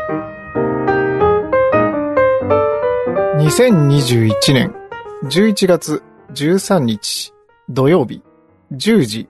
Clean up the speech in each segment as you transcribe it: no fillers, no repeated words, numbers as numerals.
2021年11月13日土曜日10時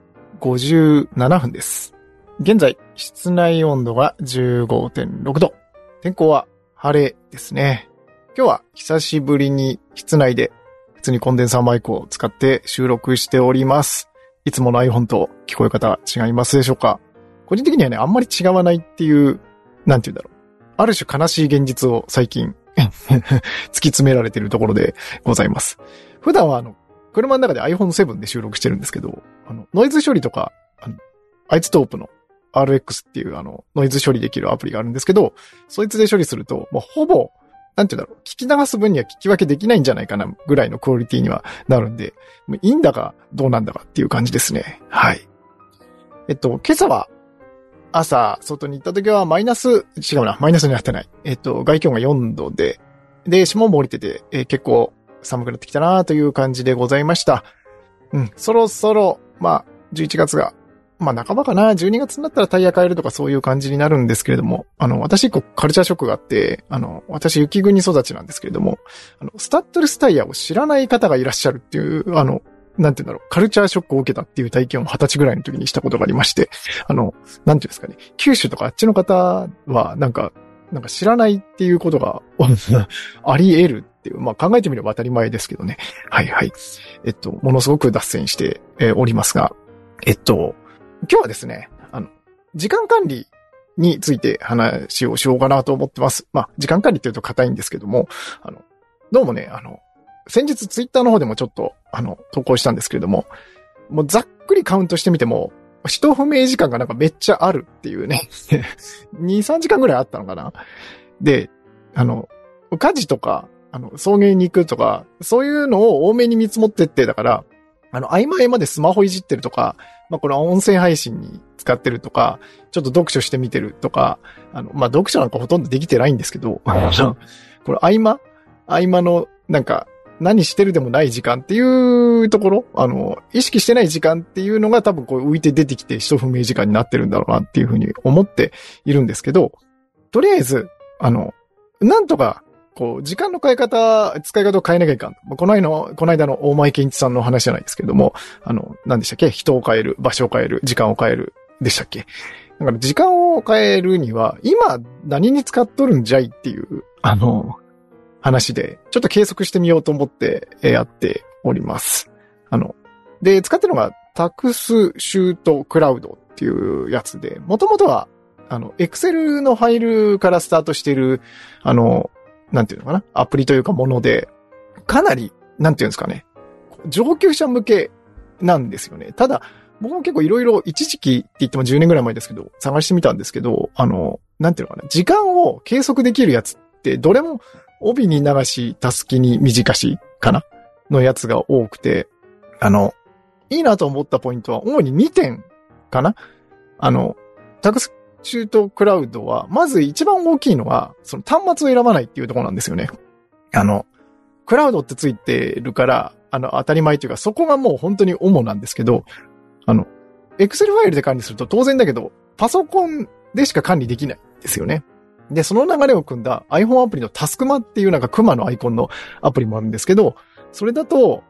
57分です。現在、室内温度が 15.6 度。天候は晴れですね。今日は久しぶりに室内で普通にコンデンサーマイクを使って収録しております。いつもの iPhone と聞こえ方違いますでしょうか？個人的にはね、あんまり違わないっていう、なんて言うんだろう。ある種悲しい現実を最近突き詰められているところでございます。普段は車の中で iPhone7 で収録してるんですけど、ノイズ処理とか、アイツトープの RX っていうノイズ処理できるアプリがあるんですけど、そいつで処理すると、もうほぼ、なんて言うんだろう、聞き流す分には聞き分けできないんじゃないかなぐらいのクオリティにはなるんで、いいんだかどうなんだかっていう感じですね。はい。今朝は、朝、外に行った時はマイナスになってない。外気温が4度で、霜も降りてて、結構寒くなってきたなという感じでございました。そろそろ、11月が、半ばかな、12月になったらタイヤ変えるとかそういう感じになるんですけれども、私一個カルチャーショックがあって、私雪国育ちなんですけれども、スタッドレスタイヤを知らない方がいらっしゃるっていう、なんて言うんだろう、カルチャーショックを受けたっていう体験を20歳ぐらいの時にしたことがありまして、なんていうんですかね、九州とかあっちの方は、なんか知らないっていうことがあり得るっていう、考えてみれば当たり前ですけどね。はいはい。ものすごく脱線して、おりますが、今日はですね、時間管理について話をしようかなと思ってます。時間管理って言うと硬いんですけども、どうもね、先日ツイッターの方でもちょっと、投稿したんですけれども、もうざっくりカウントしてみても、一不明時間がなんかめっちゃあるっていうね。2、3時間ぐらいあったのかな。で、家事とか、送迎に行くとか、そういうのを多めに見積もってって、だから、合間合間でスマホいじってるとか、これ音声配信に使ってるとか、ちょっと読書してみてるとか、読書なんかほとんどできてないんですけど、これ合間の、なんか、何してるでもない時間っていうところ、意識してない時間っていうのが多分こう浮いて出てきて一不明時間になってるんだろうなっていうふうに思っているんですけど、とりあえず、なんとか、こう、時間の使い方を変えなきゃいかん。この間の大前健一さんの話じゃないですけども、何でしたっけ？人を変える、場所を変える、時間を変える、でしたっけ？だから時間を変えるには、今何に使っとるんじゃいっていう、話で、ちょっと計測してみようと思ってやっております。で、使ってるのがタクスシュートクラウドっていうやつで、もともとは、Excel のファイルからスタートしている、なんていうのかな、アプリというかもので、かなり、なんていうんですかね、上級者向けなんですよね。ただ、僕も結構いろいろ一時期って言っても10年ぐらい前ですけど、探してみたんですけど、なんていうのかな、時間を計測できるやつってどれも帯に流し、たすきに短しかなのやつが多くて、いいなと思ったポイントは主に2点かな。タクスシュートクラウドは、まず一番大きいのは、その端末を選ばないっていうところなんですよね。クラウドってついてるから、当たり前というか、そこがもう本当に主なんですけど、Excel ファイルで管理すると当然だけど、パソコンでしか管理できないんですよね。で、その流れを組んだ iPhone アプリのタスクマっていうなんかクマのアイコンのアプリもあるんですけど、それだと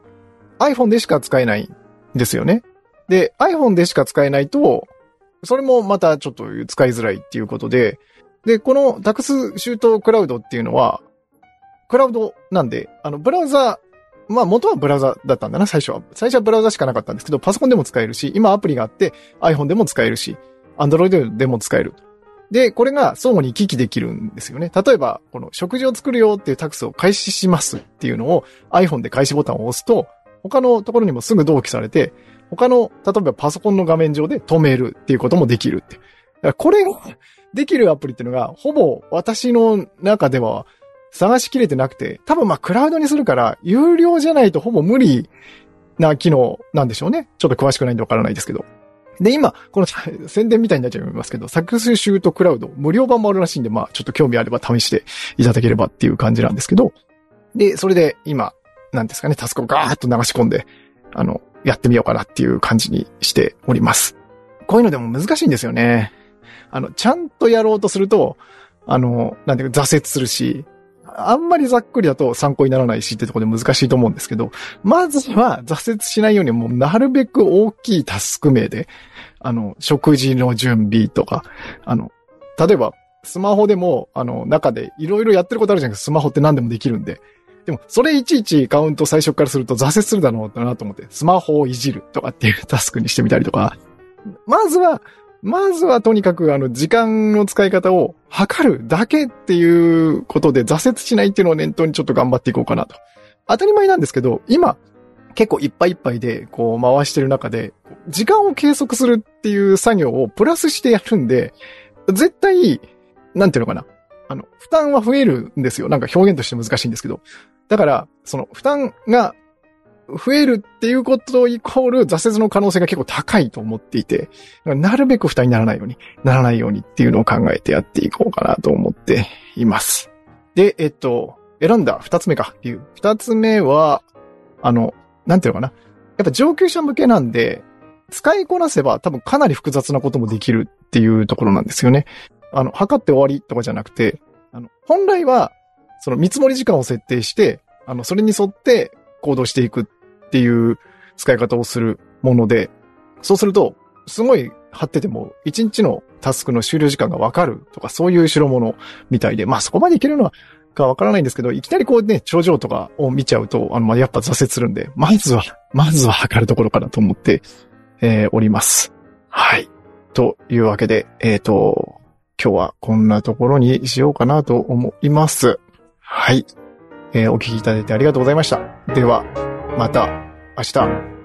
iPhone でしか使えないんですよね。で、iPhone でしか使えないと、それもまたちょっと使いづらいっていうことで、で、このタクスシュートクラウドっていうのは、クラウドなんで、ブラウザ、元はブラウザだったんだな、最初は。最初はブラウザしかなかったんですけど、パソコンでも使えるし、今アプリがあって iPhone でも使えるし、Android でも使える。で、これが相互に行き来できるんですよね。例えば、この食事を作るよっていうタクスを開始しますっていうのを iPhone で開始ボタンを押すと、他のところにもすぐ同期されて、他の、例えばパソコンの画面上で止めるっていうこともできるって。だからこれができるアプリっていうのが、ほぼ私の中では探しきれてなくて、多分クラウドにするから、有料じゃないとほぼ無理な機能なんでしょうね。ちょっと詳しくないんでわからないですけど。で、今、この宣伝みたいになっちゃいますけど、サクスシュートクラウド、無料版もあるらしいんで、ちょっと興味あれば試していただければっていう感じなんですけど、で、それで今、なんですかね、タスクをガーッと流し込んで、やってみようかなっていう感じにしております。こういうのでも難しいんですよね。ちゃんとやろうとすると、 なんていうか挫折するし、あんまりざっくりだと参考にならないしってところで難しいと思うんですけど、まずは挫折しないようにもうなるべく大きいタスク名で、食事の準備とか、例えば、スマホでも、中でいろいろやってることあるじゃないですか。スマホって何でもできるんで。でも、それいちいちカウント最初からすると挫折するだろうなと思って、スマホをいじるとかっていうタスクにしてみたりとか、まずはとにかく時間の使い方を測るだけっていうことで挫折しないっていうのを念頭にちょっと頑張っていこうかなと。当たり前なんですけど、今、結構いっぱいいっぱいでこう回してる中で、時間を計測するっていう作業をプラスしてやるんで、絶対、なんていうのかな。負担は増えるんですよ。なんか表現として難しいんですけど。だから、その負担が増えるっていうことイコール挫折の可能性が結構高いと思っていて、なるべく負担にならないようにっていうのを考えてやっていこうかなと思っています。で、選んだ二つ目かっていう。二つ目は、なんていうのかな。やっぱ上級者向けなんで、使いこなせば多分かなり複雑なこともできるっていうところなんですよね。測って終わりとかじゃなくて、本来は、その見積もり時間を設定して、それに沿って行動していくっていう使い方をするもので、そうすると、すごい貼ってても、1日のタスクの終了時間がわかるとか、そういう代物みたいで、まあそこまでいけるのは、かわからないんですけど、いきなりこうね、頂上とかを見ちゃうと、やっぱ挫折するんで、まずは測るところかなと思って、おります。はい。というわけで、今日はこんなところにしようかなと思います。はい。お聞きいただいてありがとうございました。では、また明日。